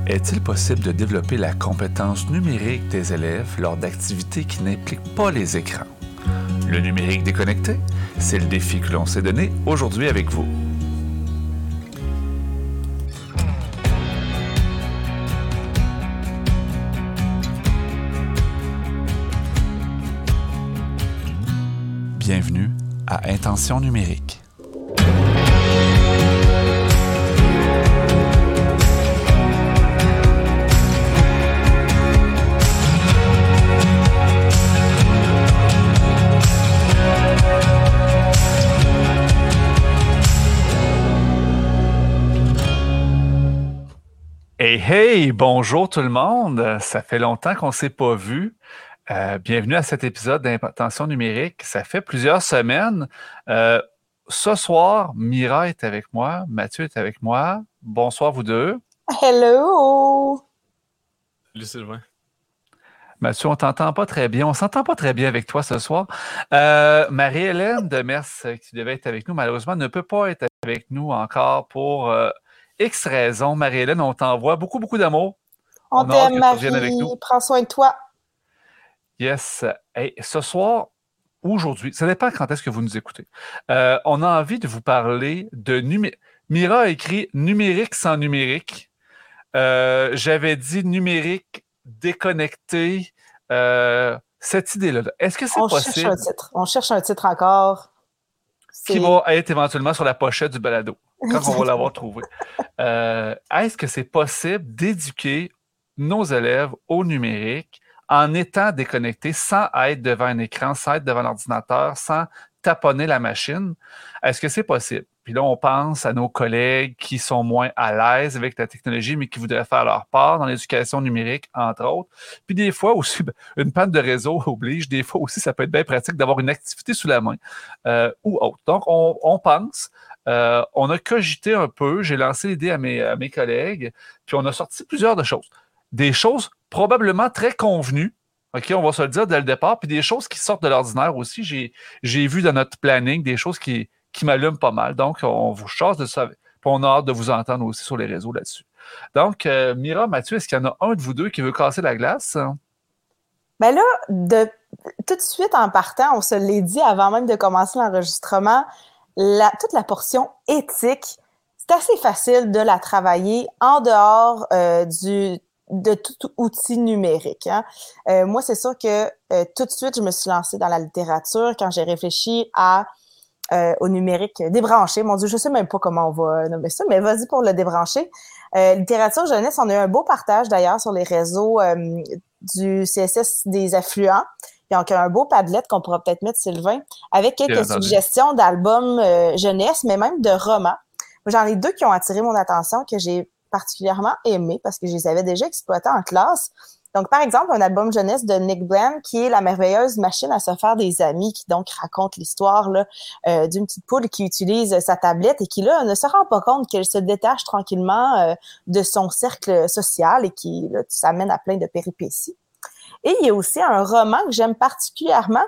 Est-il possible de développer la compétence numérique des élèves lors d'activités qui n'impliquent pas les écrans? Le numérique déconnecté, c'est le défi que l'on s'est donné aujourd'hui avec vous. Bienvenue à Intention numérique. Hey, bonjour tout le monde! Ça fait longtemps qu'on ne s'est pas vu. Bienvenue à cet épisode d'Intention numérique. Ça fait plusieurs semaines. Ce soir, Mira est avec moi, Mathieu est avec moi. Bonsoir vous deux. Hello! Salut Sylvain. Mathieu, on t'entend pas très bien. On s'entend pas très bien avec toi ce soir. Marie-Hélène Demers, qui devait être avec nous, malheureusement, ne peut pas être avec nous encore pour X raisons. Marie-Hélène, on t'envoie beaucoup d'amour. On t'aime, Marie. Prends soin de toi. Yes. Hey, ce soir, aujourd'hui, ça dépend quand est-ce que vous nous écoutez. On a envie de vous parler de numérique. Mira a écrit numérique sans numérique. J'avais dit numérique déconnecté. Cette idée-là, est-ce que c'est possible? On cherche un titre encore. Qui va être éventuellement sur la pochette du balado, quand on va l'avoir trouvé. Est-ce que c'est possible d'éduquer nos élèves au numérique en étant déconnectés, sans être devant un écran, sans être devant l'ordinateur, sans taponner la machine? Est-ce que c'est possible? Puis là, on pense à nos collègues qui sont moins à l'aise avec la technologie, mais qui voudraient faire leur part dans l'éducation numérique, entre autres. Puis des fois aussi, une panne de réseau oblige. Des fois aussi, ça peut être bien pratique d'avoir une activité sous la main ou autre. Donc, on pense, on a cogité un peu. J'ai lancé l'idée à mes collègues, puis on a sorti plusieurs de choses. Des choses probablement très convenues. OK, on va se le dire dès le départ. Puis des choses qui sortent de l'ordinaire aussi. J'ai vu dans notre planning des choses qui m'allument pas mal. Donc, on vous chasse de ça. Puis on a hâte de vous entendre aussi sur les réseaux là-dessus. Donc, Mira, Mathieu, est-ce qu'il y en a un de vous deux qui veut casser la glace? Ben là, tout de suite en partant, on se l'est dit avant même de commencer l'enregistrement, toute la portion éthique, c'est assez facile de la travailler en dehors de tout outil numérique. Hein. Moi, c'est sûr que tout de suite, je me suis lancée dans la littérature quand j'ai réfléchi au numérique débranché. Mon Dieu, je sais même pas comment on va nommer ça, mais vas-y pour le débrancher. Littérature jeunesse, on a eu un beau partage d'ailleurs sur les réseaux du CSS des affluents. Donc, un beau Padlet qu'on pourra peut-être mettre, Sylvain, avec quelques suggestions d'albums jeunesse, mais même de romans. J'en ai deux qui ont attiré mon attention, que j'ai particulièrement aimé parce que je les avais déjà exploités en classe. Donc, par exemple, un album jeunesse de Nick Bland qui est la merveilleuse machine à se faire des amis, qui donc raconte l'histoire là, d'une petite poule qui utilise sa tablette et qui, là, ne se rend pas compte qu'elle se détache tranquillement de son cercle social et qui, là, ça mène à plein de péripéties. Et il y a aussi un roman que j'aime particulièrement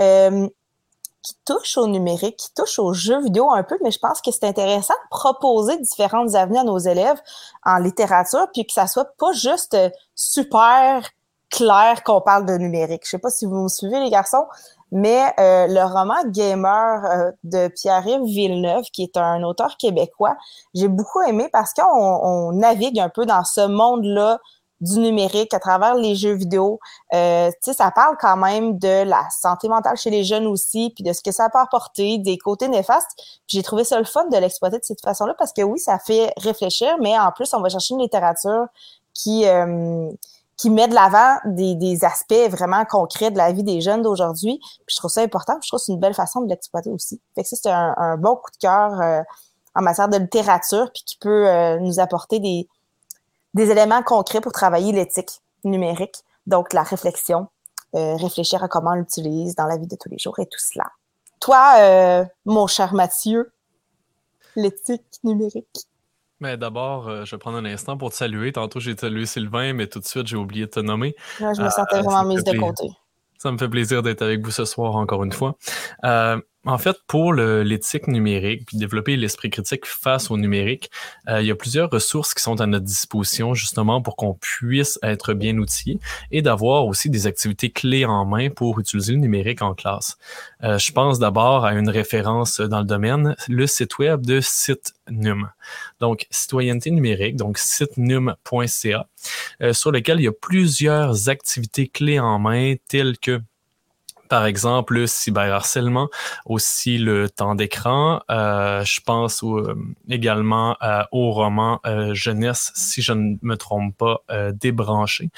qui touche au numérique, qui touche aux jeux vidéo un peu, mais je pense que c'est intéressant de proposer différentes avenues à nos élèves en littérature, puis que ça soit pas juste super clair qu'on parle de numérique. Je sais pas si vous me suivez, les garçons, mais le roman Gamer de Pierre-Yves Villeneuve, qui est un auteur québécois, j'ai beaucoup aimé parce qu'on navigue un peu dans ce monde-là du numérique à travers les jeux vidéo. Tu sais, ça parle quand même de la santé mentale chez les jeunes aussi, puis de ce que ça peut apporter, des côtés néfastes. Puis j'ai trouvé ça le fun de l'exploiter de cette façon-là parce que oui, ça fait réfléchir, mais en plus, on va chercher une littérature qui met de l'avant des aspects vraiment concrets de la vie des jeunes d'aujourd'hui. Puis je trouve ça important, puis je trouve que c'est une belle façon de l'exploiter aussi. Fait que ça, c'est un bon coup de cœur en matière de littérature, puis qui peut nous apporter des éléments concrets pour travailler l'éthique numérique, donc la réflexion, réfléchir à comment on l'utilise dans la vie de tous les jours et tout cela. Toi, mon cher Mathieu, l'éthique numérique. Mais d'abord, je vais prendre un instant pour te saluer. Tantôt, j'ai salué Sylvain, mais tout de suite, j'ai oublié de te nommer. Là, je me sentais vraiment mise de côté. Ça me fait plaisir d'être avec vous ce soir encore une fois. En fait, pour l'éthique numérique, puis développer l'esprit critique face au numérique, il y a plusieurs ressources qui sont à notre disposition justement pour qu'on puisse être bien outillé et d'avoir aussi des activités clés en main pour utiliser le numérique en classe. Je pense d'abord à une référence dans le domaine, le site web de CiteNum. Donc, citoyenneté numérique, donc citenum.ca, sur lequel il y a plusieurs activités clés en main telles que par exemple, le cyberharcèlement, aussi le temps d'écran. Je pense également au roman jeunesse, si je ne me trompe pas, débranché.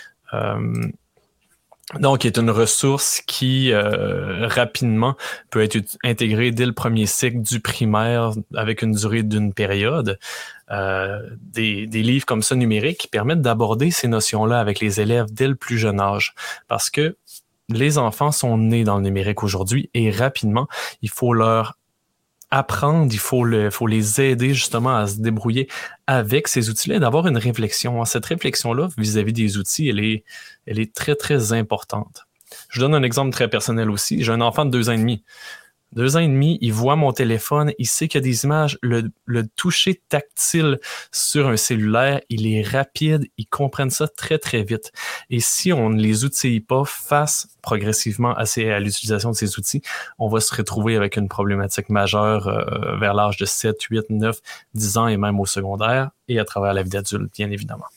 Donc, il est une ressource qui rapidement peut être intégrée dès le premier cycle du primaire avec une durée d'une période. Des livres comme ça numériques qui permettent d'aborder ces notions-là avec les élèves dès le plus jeune âge. Parce que les enfants sont nés dans le numérique aujourd'hui et rapidement, il faut leur apprendre, il faut les aider justement à se débrouiller avec ces outils-là et d'avoir une réflexion. Cette réflexion-là vis-à-vis des outils, elle est très, très importante. Je donne un exemple très personnel aussi. J'ai un enfant de 2 ans et demi. 2 ans et demi, il voit mon téléphone, il sait qu'il y a des images, le toucher tactile sur un cellulaire, il est rapide, ils comprennent ça très, très vite. Et si on ne les outille pas face progressivement à l'utilisation de ces outils, on va se retrouver avec une problématique majeure vers l'âge de 7, 8, 9, 10 ans et même au secondaire et à travers la vie d'adulte, bien évidemment.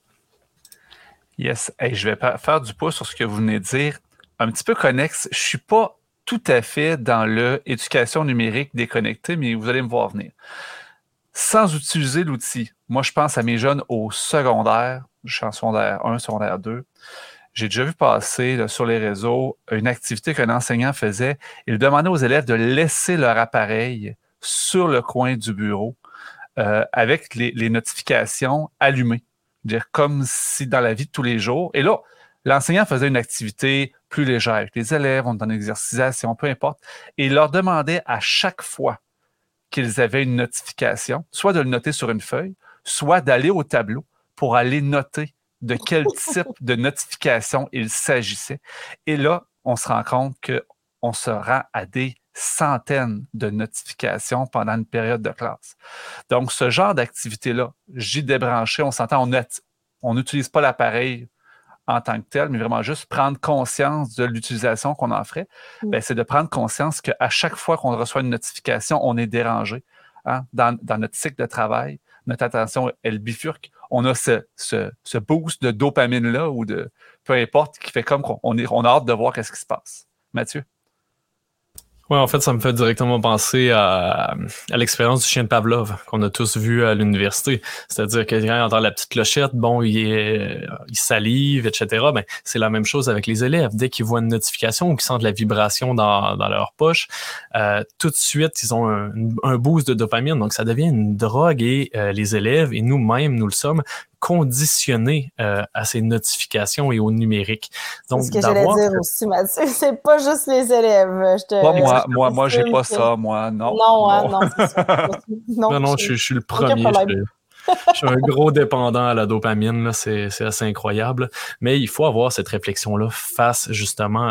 Yes. Hey, je vais faire du pouce sur ce que vous venez de dire. Un petit peu connexe. Je suis pas tout à fait dans l'éducation numérique déconnectée, mais vous allez me voir venir. Sans utiliser l'outil, moi, je pense à mes jeunes au secondaire, je suis en secondaire 1, secondaire 2. J'ai déjà vu passer là, sur les réseaux une activité qu'un enseignant faisait. Il demandait aux élèves de laisser leur appareil sur le coin du bureau avec les notifications allumées. Dire comme si dans la vie de tous les jours. Et là, l'enseignant faisait une activité plus légère avec les élèves, on est en exercitation, peu importe, et il leur demandait à chaque fois qu'ils avaient une notification, soit de le noter sur une feuille, soit d'aller au tableau pour aller noter de quel type de notification il s'agissait. Et là, on se rend compte qu'on se rend à des centaines de notifications pendant une période de classe. Donc, ce genre d'activité-là, j'y débranché, on s'entend, on n'utilise pas l'appareil en tant que tel, mais vraiment juste prendre conscience de l'utilisation qu'on en ferait, c'est de prendre conscience qu'à chaque fois qu'on reçoit une notification, on est dérangé. Hein? Dans notre cycle de travail, notre attention, elle bifurque. On a ce boost de dopamine-là ou de peu importe qui fait comme on a hâte de voir qu'est-ce qui se passe. Mathieu? Ouais, en fait, ça me fait directement penser à l'expérience du chien de Pavlov qu'on a tous vu à l'université. C'est-à-dire que quand il entend la petite clochette, bon, il salive, etc. Ben, c'est la même chose avec les élèves. Dès qu'ils voient une notification ou qu'ils sentent la vibration dans leur poche, tout de suite, ils ont un boost de dopamine. Donc, ça devient une drogue et les élèves, et nous-mêmes, nous le sommes, conditionnés à ces notifications et au numérique. Donc, c'est ce que j'allais dire aussi, Mathieu. C'est pas juste les élèves. Moi, j'ai pas ça, moi, non. Non, c'est ça. Non, je suis le premier. Je suis un gros dépendant à la dopamine, là, c'est assez incroyable. Mais il faut avoir cette réflexion-là face justement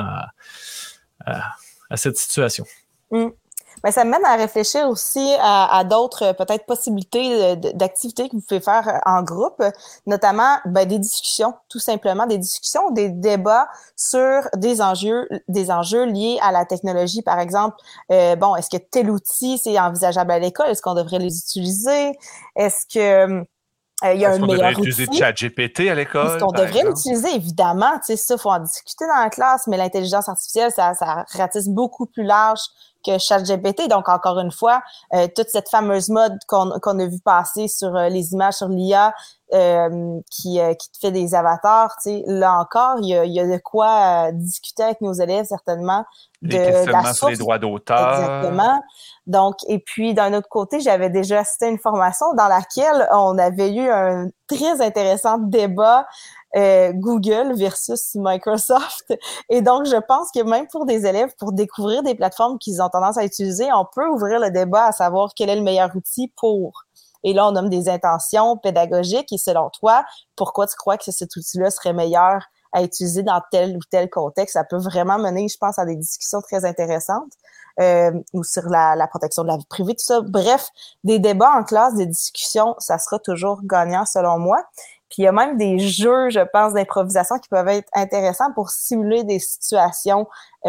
à cette situation. Ben, ça me mène à réfléchir aussi à d'autres peut-être possibilités d'activités que vous pouvez faire en groupe, notamment des discussions, tout simplement des discussions, des débats sur des enjeux liés à la technologie. Par exemple, est-ce que tel outil c'est envisageable à l'école? Est-ce qu'on devrait les utiliser? Est-ce que il y a un meilleur outil? Est-ce qu'on devrait utiliser ChatGPT à l'école? Est-ce qu'on devrait l'utiliser? Évidemment, tu sais, ça, faut en discuter dans la classe, mais l'intelligence artificielle, ça ratisse beaucoup plus large que ChatGPT. Donc, encore une fois, toute cette fameuse mode qu'on a vu passer sur les images sur l'IA qui te fait des avatars, tu sais, là encore, il y a de quoi discuter avec nos élèves, certainement. Les questionnements sur les droits d'auteur. Exactement. Donc, et puis, d'un autre côté, j'avais déjà assisté à une formation dans laquelle on avait eu un très intéressant débat Google versus Microsoft. Et donc, je pense que même pour des élèves, pour découvrir des plateformes qu'ils ont tendance à utiliser, on peut ouvrir le débat à savoir quel est le meilleur outil pour. Et là, on nomme des intentions pédagogiques. Et selon toi, pourquoi tu crois que cet outil-là serait meilleur à utiliser dans tel ou tel contexte? Ça peut vraiment mener, je pense, à des discussions très intéressantes. ou sur la protection de la vie privée, tout ça. Bref, des débats en classe, des discussions, ça sera toujours gagnant selon moi. Puis il y a même des jeux, je pense, d'improvisation qui peuvent être intéressants pour simuler des situations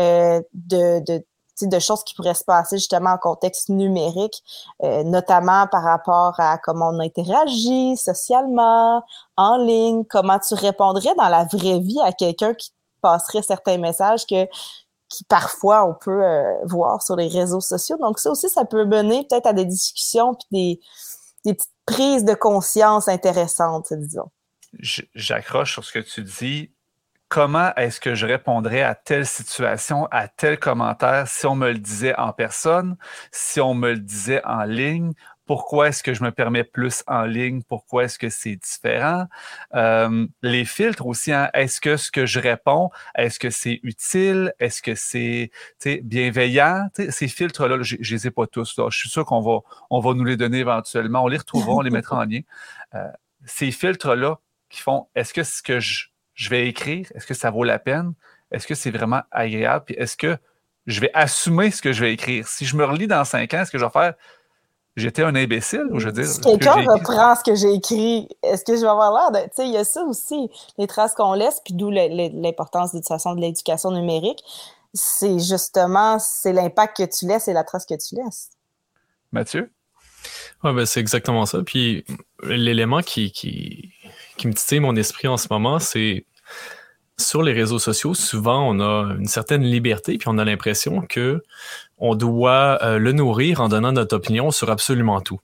de choses qui pourraient se passer justement en contexte numérique, notamment par rapport à comment on interagit socialement, en ligne, comment tu répondrais dans la vraie vie à quelqu'un qui passerait certains messages qui parfois on peut voir sur les réseaux sociaux. Donc ça aussi, ça peut mener peut-être à des discussions puis des petites prises de conscience intéressantes, disons. J'accroche sur ce que tu dis. Comment est-ce que je répondrais à telle situation, à tel commentaire, si on me le disait en personne, si on me le disait en ligne? Pourquoi est-ce que je me permets plus en ligne? Pourquoi est-ce que c'est différent? Les filtres aussi, hein? Est-ce que ce que je réponds, est-ce que c'est utile? Est-ce que c'est bienveillant? Ces filtres-là, je ne les ai pas tous. Là. Je suis sûr qu'on va nous les donner éventuellement. On les retrouvera, on les mettra en lien. Ces filtres-là qui font, est-ce que ce que je vais écrire, est-ce que ça vaut la peine? Est-ce que c'est vraiment agréable? Puis est-ce que je vais assumer ce que je vais écrire? Si je me relis dans 5 ans, est-ce que je vais faire j'étais un imbécile? Ou je veux dire, si quelqu'un reprend ce que j'ai écrit, est-ce que je vais avoir l'air de... Tu sais, il y a ça aussi, les traces qu'on laisse, puis d'où l'importance de toute façon de l'éducation numérique. C'est justement, c'est l'impact que tu laisses et la trace que tu laisses. Mathieu? Ouais, ben c'est exactement ça. Puis l'élément qui me titille mon esprit en ce moment, c'est sur les réseaux sociaux, souvent on a une certaine liberté, puis on a l'impression que on doit le nourrir en donnant notre opinion sur absolument tout.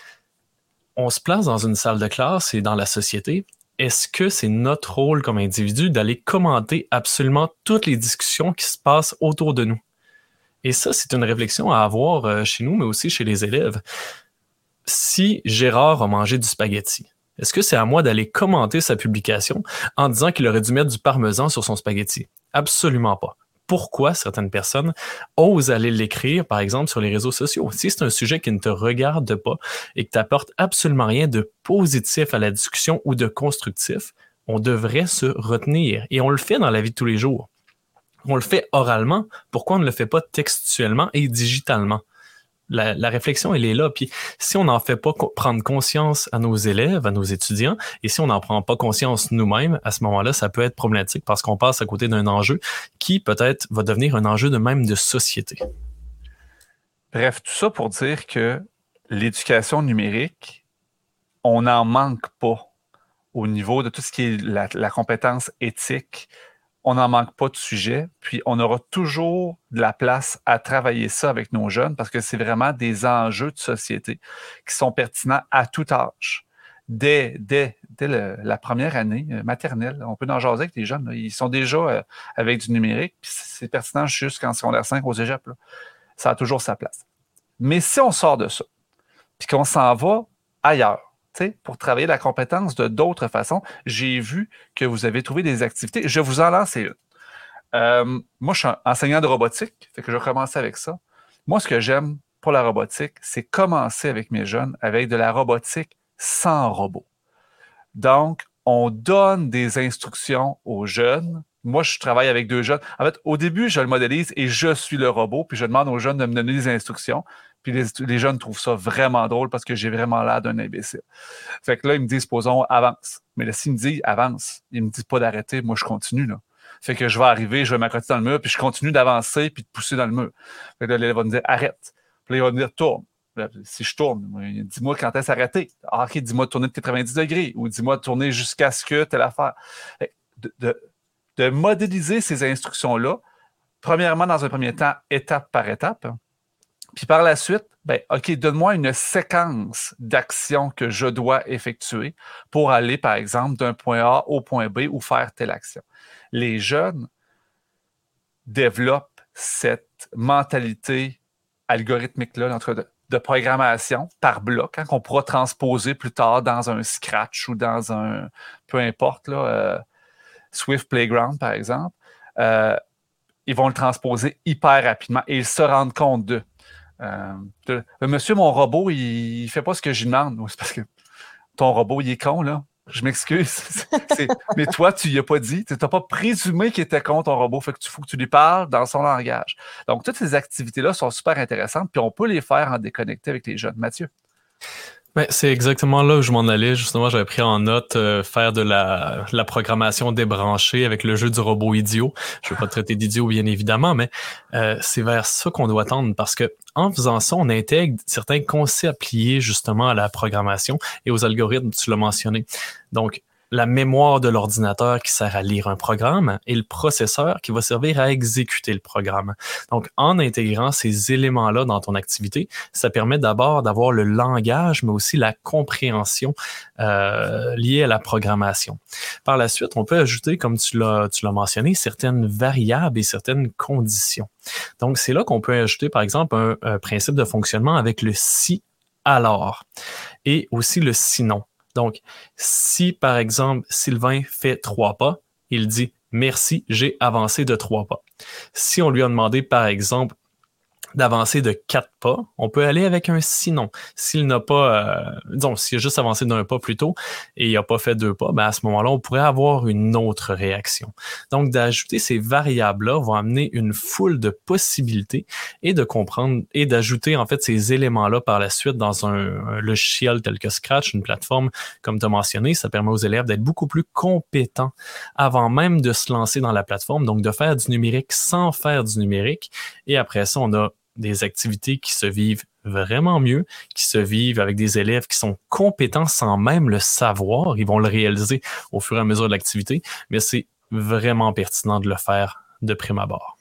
On se place dans une salle de classe et dans la société. Est-ce que c'est notre rôle comme individu d'aller commenter absolument toutes les discussions qui se passent autour de nous? Et ça, c'est une réflexion à avoir chez nous, mais aussi chez les élèves. Si Gérard a mangé du spaghetti, est-ce que c'est à moi d'aller commenter sa publication en disant qu'il aurait dû mettre du parmesan sur son spaghetti? Absolument pas. Pourquoi certaines personnes osent aller l'écrire, par exemple, sur les réseaux sociaux? Si c'est un sujet qui ne te regarde pas et que t'apporte absolument rien de positif à la discussion ou de constructif, on devrait se retenir. Et on le fait dans la vie de tous les jours. On le fait oralement. Pourquoi on ne le fait pas textuellement et digitalement? La réflexion, elle est là. Puis si on n'en fait pas prendre conscience à nos élèves, à nos étudiants, et si on n'en prend pas conscience nous-mêmes, à ce moment-là, ça peut être problématique parce qu'on passe à côté d'un enjeu qui peut-être va devenir un enjeu de même de société. Bref, tout ça pour dire que l'éducation numérique, on n'en manque pas au niveau de tout ce qui est la compétence éthique. On n'en manque pas de sujet, puis on aura toujours de la place à travailler ça avec nos jeunes parce que c'est vraiment des enjeux de société qui sont pertinents à tout âge. Dès la première année maternelle, on peut en jaser avec les jeunes. Là. Ils sont déjà avec du numérique, puis c'est pertinent jusqu'en secondaire 5 au cégep. Là. Ça a toujours sa place. Mais si on sort de ça, puis qu'on s'en va ailleurs, pour travailler la compétence de d'autres façons. J'ai vu que vous avez trouvé des activités. Je vous en lance une. Moi, je suis enseignant de robotique, fait que je vais commencer avec ça. Moi, ce que j'aime pour la robotique, c'est commencer avec mes jeunes avec de la robotique sans robot. Donc, on donne des instructions aux jeunes. Moi, je travaille avec 2 jeunes. En fait, au début, je le modélise et je suis le robot, puis je demande aux jeunes de me donner des instructions. Puis les jeunes trouvent ça vraiment drôle parce que j'ai vraiment l'air d'un imbécile. Fait que là, ils me disent, supposons, avance. Mais là, s'il me dit avance, il me dit pas d'arrêter, moi, je continue, là. Fait que je vais arriver, je vais m'accoter dans le mur, puis je continue d'avancer, puis de pousser dans le mur. Fait que là, il va me dire arrête. Puis là, il va me dire tourne. Là, si je tourne, dis-moi quand est-ce arrêter. Ah, OK, dis-moi de tourner de 90 degrés, ou dis-moi de tourner jusqu'à ce que telle affaire. De modéliser ces instructions-là, premièrement, dans un premier temps, étape par étape. Puis par la suite, OK, donne-moi une séquence d'actions que je dois effectuer pour aller, par exemple, d'un point A au point B ou faire telle action. Les jeunes développent cette mentalité algorithmique-là de programmation par bloc, hein, qu'on pourra transposer plus tard dans un Scratch ou dans un, peu importe, là, Swift Playground, par exemple. Ils vont le transposer hyper rapidement et ils se rendent compte d'eux. Monsieur, mon robot, il fait pas ce que je demande. C'est parce que ton robot, il est con, là. Je m'excuse. Mais toi, tu y as pas dit. Tu n'as pas présumé qu'il était contre ton robot. Fait que faut que tu lui parles dans son langage. Donc, toutes ces activités-là sont super intéressantes, puis on peut les faire en déconnecté avec les jeunes. Mathieu? Ben, c'est exactement là où je m'en allais. Justement, j'avais pris en note faire de la programmation débranchée avec le jeu du robot idiot. Je ne veux pas te traiter d'idiot, bien évidemment, mais c'est vers ça qu'on doit tendre parce que en faisant ça, on intègre certains concepts liés justement à la programmation et aux algorithmes, tu l'as mentionné. Donc, la mémoire de l'ordinateur qui sert à lire un programme et le processeur qui va servir à exécuter le programme. Donc, en intégrant ces éléments-là dans ton activité, ça permet d'abord d'avoir le langage, mais aussi la compréhension liée à la programmation. Par la suite, on peut ajouter, comme tu l'as mentionné, certaines variables et certaines conditions. Donc, c'est là qu'on peut ajouter, par exemple, un principe de fonctionnement avec le si alors et aussi le sinon. Donc, si, par exemple, Sylvain fait 3 pas, il dit « Merci, j'ai avancé de 3 pas ». Si on lui a demandé, par exemple, d'avancer de 4 pas, on peut aller avec un sinon. S'il n'a pas, disons, s'il a juste avancé d'un pas plus tôt et il n'a pas fait 2 pas, ben à ce moment-là, on pourrait avoir une autre réaction. Donc, d'ajouter ces variables-là va amener une foule de possibilités et de comprendre et d'ajouter en fait ces éléments-là par la suite dans un logiciel tel que Scratch, une plateforme comme tu as mentionné. Ça permet aux élèves d'être beaucoup plus compétents avant même de se lancer dans la plateforme, donc de faire du numérique sans faire du numérique. Et après ça, on a des activités qui se vivent vraiment mieux, qui se vivent avec des élèves qui sont compétents sans même le savoir. Ils vont le réaliser au fur et à mesure de l'activité, mais c'est vraiment pertinent de le faire de prime abord.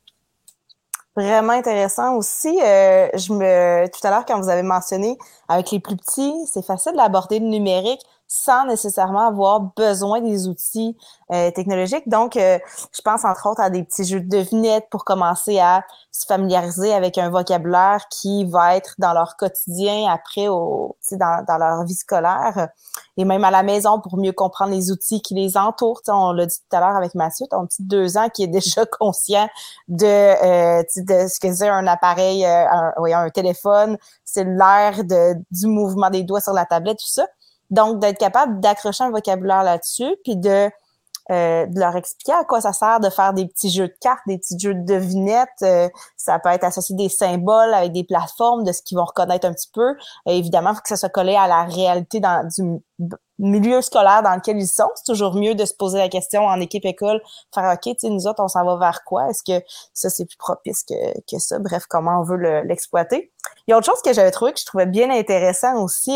Vraiment intéressant aussi. Tout à l'heure, quand vous avez mentionné avec les plus petits, c'est facile d'aborder le numérique sans nécessairement avoir besoin des outils technologiques. Donc, je pense entre autres à des petits jeux de devinettes pour commencer à se familiariser avec un vocabulaire qui va être dans leur quotidien après dans leur vie scolaire et même à la maison pour mieux comprendre les outils qui les entourent. T'sais, on l'a dit tout à l'heure avec Mathieu, ton petit 2 ans qui est déjà conscient de ce que c'est un appareil, un téléphone cellulaire, du mouvement des doigts sur la tablette, tout ça. Donc, d'être capable d'accrocher un vocabulaire là-dessus, puis de leur expliquer à quoi ça sert de faire des petits jeux de cartes, des petits jeux de devinettes. Ça peut être associé des symboles avec des plateformes, de ce qu'ils vont reconnaître un petit peu. Évidemment, il faut que ça soit collé à la réalité du milieu scolaire dans lequel ils sont. C'est toujours mieux de se poser la question en équipe école, faire OK, tu sais, nous autres, on s'en va vers quoi? Est-ce que ça, c'est plus propice que ça? Bref, comment on veut l'exploiter? Il y a autre chose que j'avais trouvé que je trouvais bien intéressant aussi.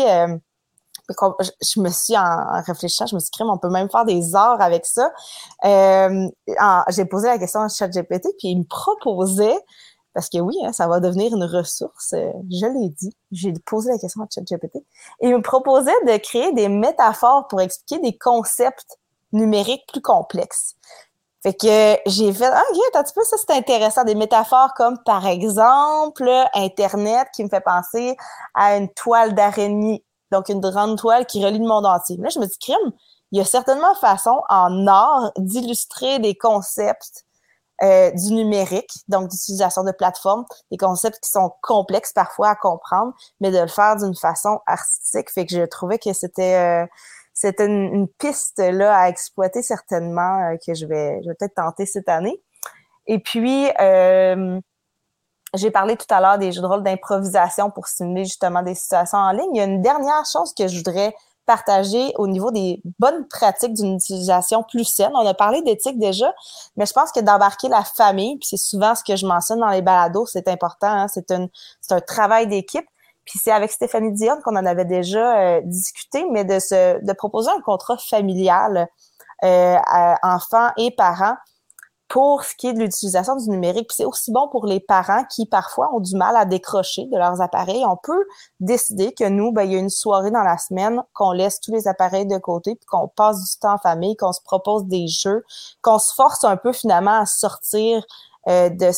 Je me suis, en réfléchissant, je me suis dit, on peut même faire des arts avec ça. J'ai posé la question à ChatGPT, puis il me proposait, parce que oui, hein, ça va devenir une ressource, je l'ai dit, j'ai posé la question à ChatGPT, et il me proposait de créer des métaphores pour expliquer des concepts numériques plus complexes. Fait que j'ai fait, OK, un petit peu, ça c'est intéressant, des métaphores comme, par exemple, Internet, qui me fait penser à une toile d'araignée. Donc, une grande toile qui relie le monde entier. Là, je me dis, crime, il y a certainement façon en art d'illustrer des concepts du numérique, donc d'utilisation de plateformes, des concepts qui sont complexes parfois à comprendre, mais de le faire d'une façon artistique. Fait que je trouvais que c'était une piste là à exploiter certainement que je vais peut-être tenter cette année. Et puis, j'ai parlé tout à l'heure des jeux de rôle d'improvisation pour simuler justement des situations en ligne. Il y a une dernière chose que je voudrais partager au niveau des bonnes pratiques d'une utilisation plus saine. On a parlé d'éthique déjà, mais je pense que d'embarquer la famille, puis c'est souvent ce que je mentionne dans les balados, c'est important, hein, c'est un travail d'équipe. Puis c'est avec Stéphanie Dion qu'on en avait déjà discuté, mais de proposer un contrat familial à enfants et parents pour ce qui est de l'utilisation du numérique. Puis c'est aussi bon pour les parents qui, parfois, ont du mal à décrocher de leurs appareils. On peut décider que nous, il y a une soirée dans la semaine, qu'on laisse tous les appareils de côté, puis qu'on passe du temps en famille, qu'on se propose des jeux, qu'on se force un peu, finalement, à sortir de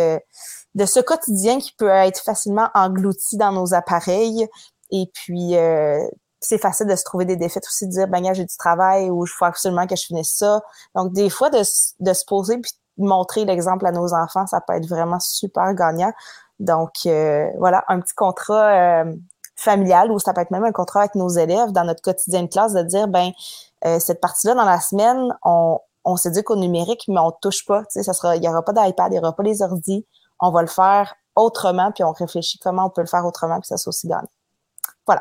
ce quotidien qui peut être facilement englouti dans nos appareils. Et puis, c'est facile de se trouver des défaites aussi, de dire, j'ai du travail ou il faut absolument que je finisse ça. Donc, des fois, de se poser puis de montrer l'exemple à nos enfants, ça peut être vraiment super gagnant. Donc, voilà, un petit contrat familial ou ça peut être même un contrat avec nos élèves dans notre quotidien de classe de dire, cette partie-là, dans la semaine, on s'éduque au numérique, mais on ne touche pas. Tu sais, il n'y aura pas d'iPad, il n'y aura pas les ordis. On va le faire autrement, puis on réfléchit comment on peut le faire autrement, puis ça soit aussi gagné. Voilà.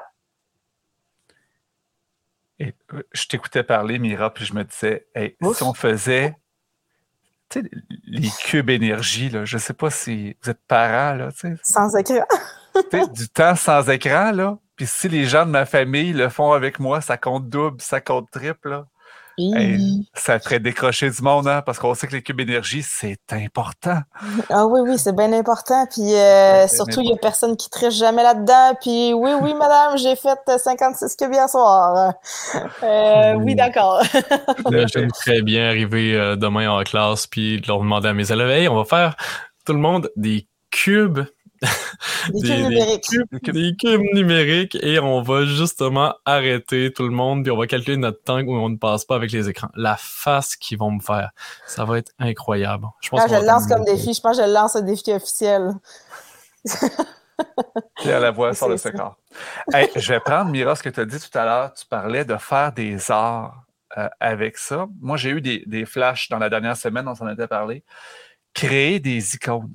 Et je t'écoutais parler, Mira, puis je me disais, hey, si on faisait les cubes énergie, là, je ne sais pas si vous êtes parents, là, sans écran. Du temps sans écran, là. Puis si les gens de ma famille le font avec moi, ça compte double, ça compte triple, là. Hey, ça ferait décrocher du monde, hein, parce qu'on sait que les cubes énergie, c'est important. Ah oui, c'est bien important. Puis surtout, il n'y a personne qui triche jamais là-dedans. Puis oui, madame, j'ai fait 56 cubes hier soir. Oui, d'accord. J'aime très bien arriver demain en classe puis leur demander à mes élèves, hey, on va faire tout le monde des cubes. Des cubes numériques et on va justement arrêter tout le monde puis on va calculer notre temps où on ne passe pas avec les écrans. La face qu'ils vont me faire, ça va être incroyable. Je pense je le lance comme défi. Je pense que je le lance un défi officiel. Pierre Lavoie sort le secret. Hey, je vais prendre, Mira, ce que tu as dit tout à l'heure. Tu parlais de faire des arts avec ça. Moi, j'ai eu des flashs dans la dernière semaine, on s'en était parlé. Créer des icônes.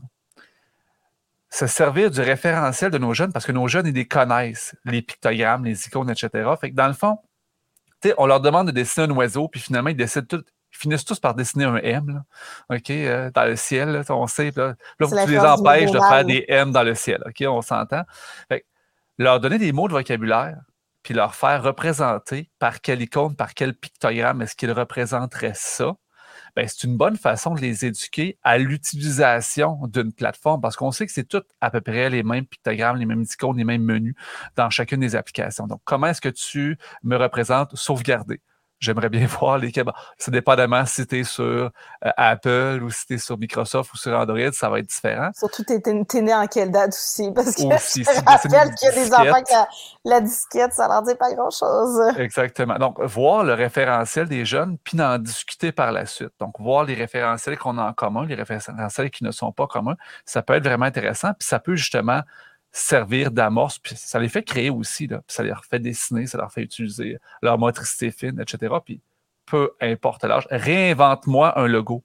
Se servir du référentiel de nos jeunes, parce que nos jeunes, ils les connaissent, les pictogrammes, les icônes, etc. Fait que dans le fond, on leur demande de dessiner un oiseau, puis finalement, ils finissent tous par dessiner un M, là, OK, dans le ciel, là, on sait. Là tu les empêches de faire des M dans le ciel, OK, on s'entend. Fait que, leur donner des mots de vocabulaire, puis leur faire représenter par quelle icône, par quel pictogramme est-ce qu'ils représenteraient ça, ben, c'est une bonne façon de les éduquer à l'utilisation d'une plateforme parce qu'on sait que c'est tout à peu près les mêmes pictogrammes, les mêmes icônes, les mêmes menus dans chacune des applications. Donc, comment est-ce que tu me représentes sauvegarder? J'aimerais bien voir lesquels. Ça dépendamment si tu es sur Apple ou si tu es sur Microsoft ou sur Android, ça va être différent. Surtout, t'es né en quelle date aussi? Parce que aussi, je rappelle qu'il y a des enfants qui la disquette, ça leur dit pas grand-chose. Exactement. Donc, voir le référentiel des jeunes, puis d'en discuter par la suite. Donc, voir les référentiels qu'on a en commun, les référentiels qui ne sont pas communs, ça peut être vraiment intéressant, puis ça peut justement servir d'amorce, puis ça les fait créer aussi, là, puis ça leur fait dessiner, ça leur fait utiliser leur motricité fine, etc. Puis peu importe l'âge, réinvente-moi un logo.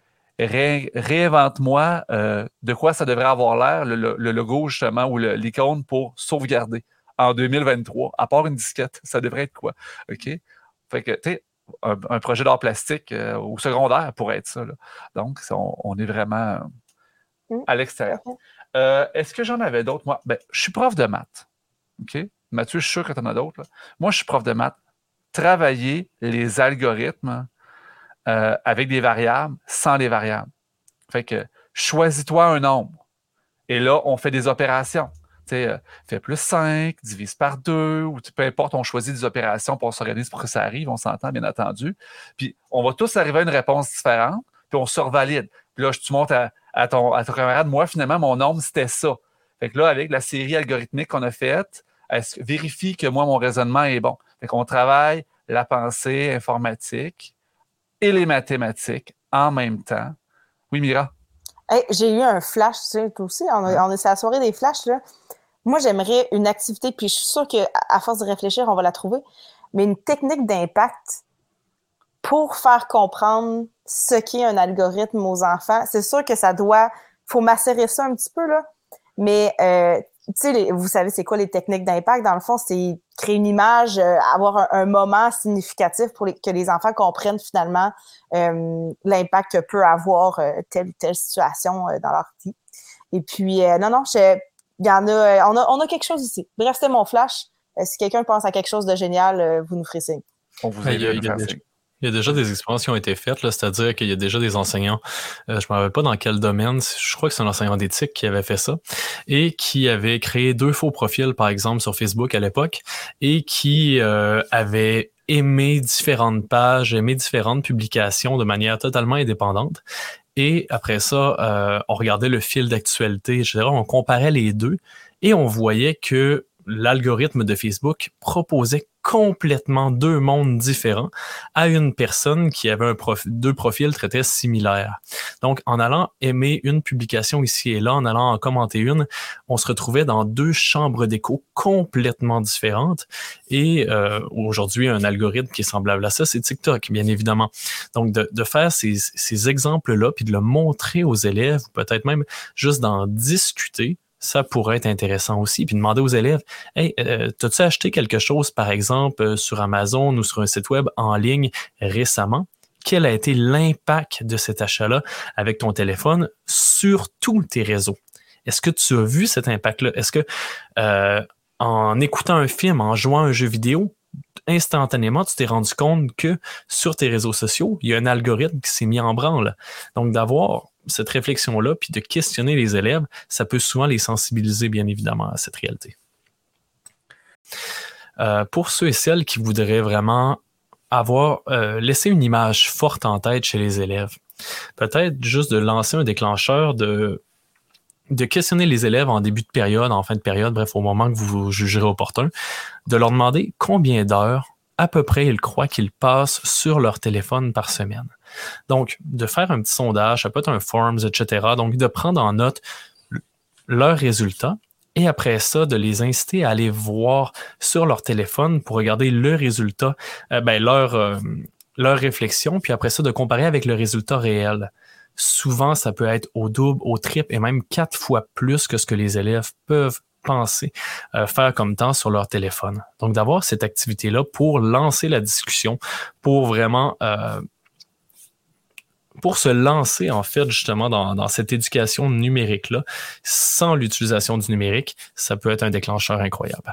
Réinvente-moi de quoi ça devrait avoir l'air, le logo justement, ou l'icône pour sauvegarder en 2023, à part une disquette, ça devrait être quoi? OK? Fait que, tu sais, un projet d'art plastique au secondaire pourrait être ça, là. Donc, on est vraiment à l'extérieur. Est-ce que j'en avais d'autres? Moi, je suis prof de maths. OK? Mathieu, je suis sûr que tu en as d'autres. Là. Moi, je suis prof de maths. Travailler les algorithmes avec des variables sans les variables. Fait que choisis-toi un nombre. Et là, on fait des opérations. Tu sais, fais plus 5, divise par 2, ou peu importe, on choisit des opérations pour s'organiser pour que ça arrive, on s'entend, bien entendu. Puis, on va tous arriver à une réponse différente, puis on se revalide. Puis là, tu montes à ton camarade, moi, finalement, mon nombre, c'était ça. Fait que là, avec la série algorithmique qu'on a faite, vérifie que moi, mon raisonnement est bon. Fait qu'on travaille la pensée informatique et les mathématiques en même temps. Oui, Mira? Hey, j'ai eu un flash, tu sais, toi aussi. On est sur la soirée des flashs, là. Moi, j'aimerais une activité, puis je suis sûre qu'à force de réfléchir, on va la trouver, mais une technique d'impact pour faire comprendre ce qu'est un algorithme aux enfants. C'est sûr que faut macérer ça un petit peu, là, mais tu sais, vous savez c'est quoi les techniques d'impact? Dans le fond, c'est créer une image, avoir un moment significatif pour que les enfants comprennent finalement l'impact que peut avoir telle ou telle situation dans leur vie. Et puis, il y en a, on a quelque chose ici. Bref, c'était mon flash. Si quelqu'un pense à quelque chose de génial, vous nous ferez signe. On vous aide à faire signe. Il y a déjà des expériences qui ont été faites, là, c'est-à-dire qu'il y a déjà des enseignants, je ne me rappelle pas dans quel domaine, je crois que c'est un enseignant d'éthique qui avait fait ça, et qui avait créé 2 faux profils, par exemple, sur Facebook à l'époque, et qui avait aimé différentes pages, aimé différentes publications de manière totalement indépendante. Et après ça, on regardait le fil d'actualité, etc. On comparait les deux, et on voyait que l'algorithme de Facebook proposait complètement deux mondes différents à une personne qui avait deux profils très, très similaires. Donc, en allant aimer une publication ici et là, en allant en commenter une, on se retrouvait dans deux chambres d'écho complètement différentes. Et aujourd'hui, un algorithme qui est semblable à ça, c'est TikTok, bien évidemment. Donc, de faire ces exemples-là, puis de le montrer aux élèves, ou peut-être même juste d'en discuter, ça pourrait être intéressant aussi. Puis demander aux élèves, « Hey, t'as-tu acheté quelque chose, par exemple, sur Amazon ou sur un site web en ligne récemment? Quel a été l'impact de cet achat-là avec ton téléphone sur tous tes réseaux? Est-ce que tu as vu cet impact-là? Est-ce que en écoutant un film, en jouant à un jeu vidéo, instantanément, tu t'es rendu compte que sur tes réseaux sociaux, il y a un algorithme qui s'est mis en branle. » Donc, d'avoir cette réflexion-là, puis de questionner les élèves, ça peut souvent les sensibiliser, bien évidemment, à cette réalité. Pour ceux et celles qui voudraient vraiment avoir laissé une image forte en tête chez les élèves, peut-être juste de lancer un déclencheur de questionner les élèves en début de période, en fin de période, bref, au moment que vous jugerez opportun, de leur demander combien d'heures à peu près ils croient qu'ils passent sur leur téléphone par semaine. Donc, de faire un petit sondage, ça peut être un Forms, etc. Donc, de prendre en note leurs résultats et après ça, de les inciter à aller voir sur leur téléphone pour regarder le résultat, leur réflexion, puis après ça, de comparer avec le résultat réel. Souvent, ça peut être au double, au triple et même 4 fois plus que ce que les élèves peuvent penser faire comme temps sur leur téléphone. Donc, d'avoir cette activité-là pour lancer la discussion, pour vraiment pour se lancer, en fait, justement, dans cette éducation numérique-là, sans l'utilisation du numérique, ça peut être un déclencheur incroyable.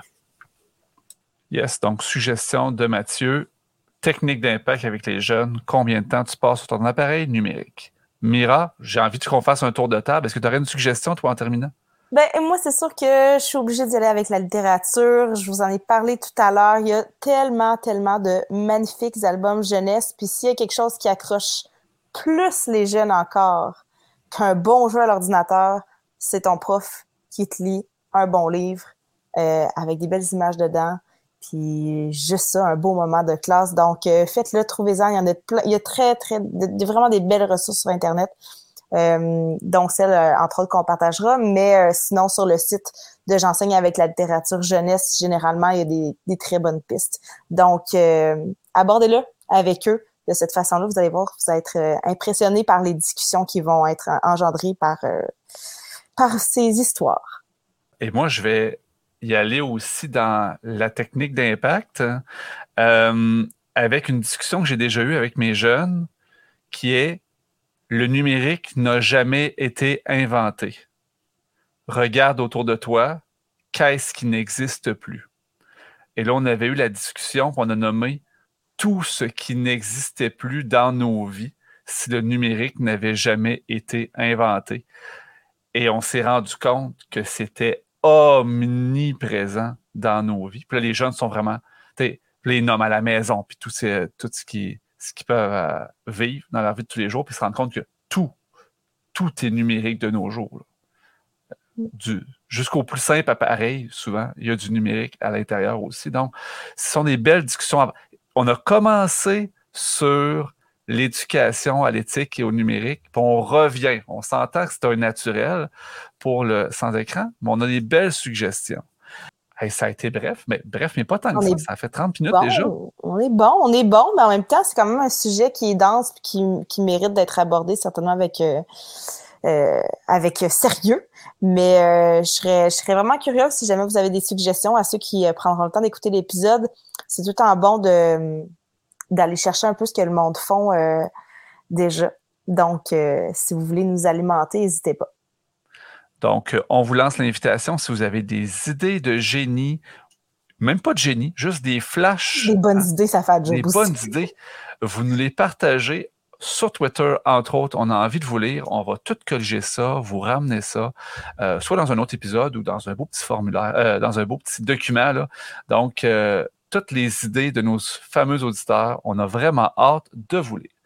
Yes, donc suggestion de Mathieu, technique d'impact avec les jeunes, combien de temps tu passes sur ton appareil numérique? Mira, j'ai envie qu'on fasse un tour de table. Est-ce que tu aurais une suggestion, toi, en terminant? Ben, moi, c'est sûr que je suis obligée d'y aller avec la littérature. Je vous en ai parlé tout à l'heure. Il y a tellement, tellement de magnifiques albums jeunesse. Puis s'il y a quelque chose qui accroche plus les jeunes encore qu'un bon jeu à l'ordinateur, c'est ton prof qui te lit un bon livre avec des belles images dedans. Puis juste ça, un beau moment de classe. Donc, faites-le, trouvez-en. Il y en a plein. Il y a vraiment des belles ressources sur Internet. Donc, celle, entre autres, qu'on partagera. Mais sinon, sur le site de J'enseigne avec la littérature jeunesse, généralement, il y a des très bonnes pistes. Donc, abordez-le avec eux. De cette façon-là, vous allez voir, vous allez être impressionné par les discussions qui vont être engendrées par ces histoires. Et moi, je vais y aller aussi dans la technique d'impact avec une discussion que j'ai déjà eue avec mes jeunes qui est le numérique n'a jamais été inventé. Regarde autour de toi, qu'est-ce qui n'existe plus? Et là, on avait eu la discussion qu'on a nommé tout ce qui n'existait plus dans nos vies si le numérique n'avait jamais été inventé. Et on s'est rendu compte que c'était omniprésent dans nos vies. Puis là, les jeunes sont vraiment, les nomment à la maison, puis tout ce qu'ils peuvent vivre dans leur vie de tous les jours, puis se rendre compte que tout est numérique de nos jours. Jusqu'au plus simple appareil, souvent, il y a du numérique à l'intérieur aussi. Donc, ce sont des belles discussions. On a commencé sur l'éducation à l'éthique et au numérique, puis on revient. On s'entend que c'est un naturel pour le sans-écran, mais on a des belles suggestions. Hey, ça a été bref, mais pas tant que ça. Ça fait 30 minutes déjà. On est bon, mais en même temps, c'est quand même un sujet qui est dense et qui mérite d'être abordé certainement avec sérieux. Mais je serais vraiment curieuse si jamais vous avez des suggestions à ceux qui prendront le temps d'écouter l'épisode. C'est tout le temps bon d'aller chercher un peu ce que le monde font déjà. Donc, si vous voulez nous alimenter, n'hésitez pas. Donc, on vous lance l'invitation. Si vous avez des idées de génie, même pas de génie, juste des flashs. Des bonnes idées, ça fait du Des bonnes idées. Vous nous les partagez sur Twitter, entre autres. On a envie de vous lire. On va tout corriger ça, vous ramener ça, soit dans un autre épisode ou dans un beau petit formulaire, dans un beau petit document, là. Donc, toutes les idées de nos fameux auditeurs, on a vraiment hâte de vous lire.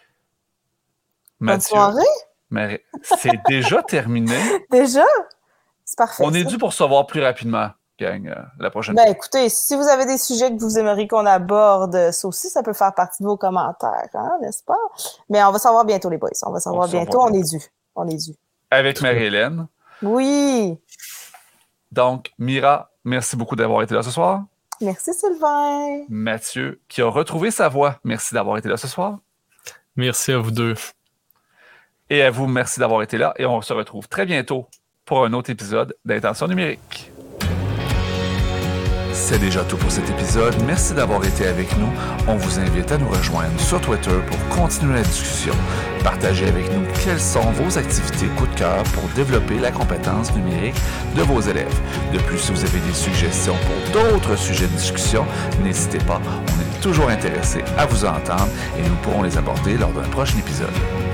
Bonne soirée! Mais c'est déjà terminé. Déjà? C'est parfait. On est dû pour se voir plus rapidement. gang, la prochaine fois. Écoutez, si vous avez des sujets que vous aimeriez qu'on aborde, ça aussi, ça peut faire partie de vos commentaires, hein, n'est-ce pas? Mais on va savoir bientôt, les boys. On va savoir bientôt. On est dû. Avec Marie-Hélène. Oui. Donc, Mira, merci beaucoup d'avoir été là ce soir. Merci, Sylvain. Mathieu, qui a retrouvé sa voix, merci d'avoir été là ce soir. Merci à vous deux. Et à vous, merci d'avoir été là. Et on se retrouve très bientôt pour un autre épisode d'Intention numérique. C'est déjà tout pour cet épisode. Merci d'avoir été avec nous. On vous invite à nous rejoindre sur Twitter pour continuer la discussion. Partagez avec nous quelles sont vos activités coup de cœur pour développer la compétence numérique de vos élèves. De plus, si vous avez des suggestions pour d'autres sujets de discussion, n'hésitez pas. On est toujours intéressés à vous entendre et nous pourrons les aborder lors d'un prochain épisode.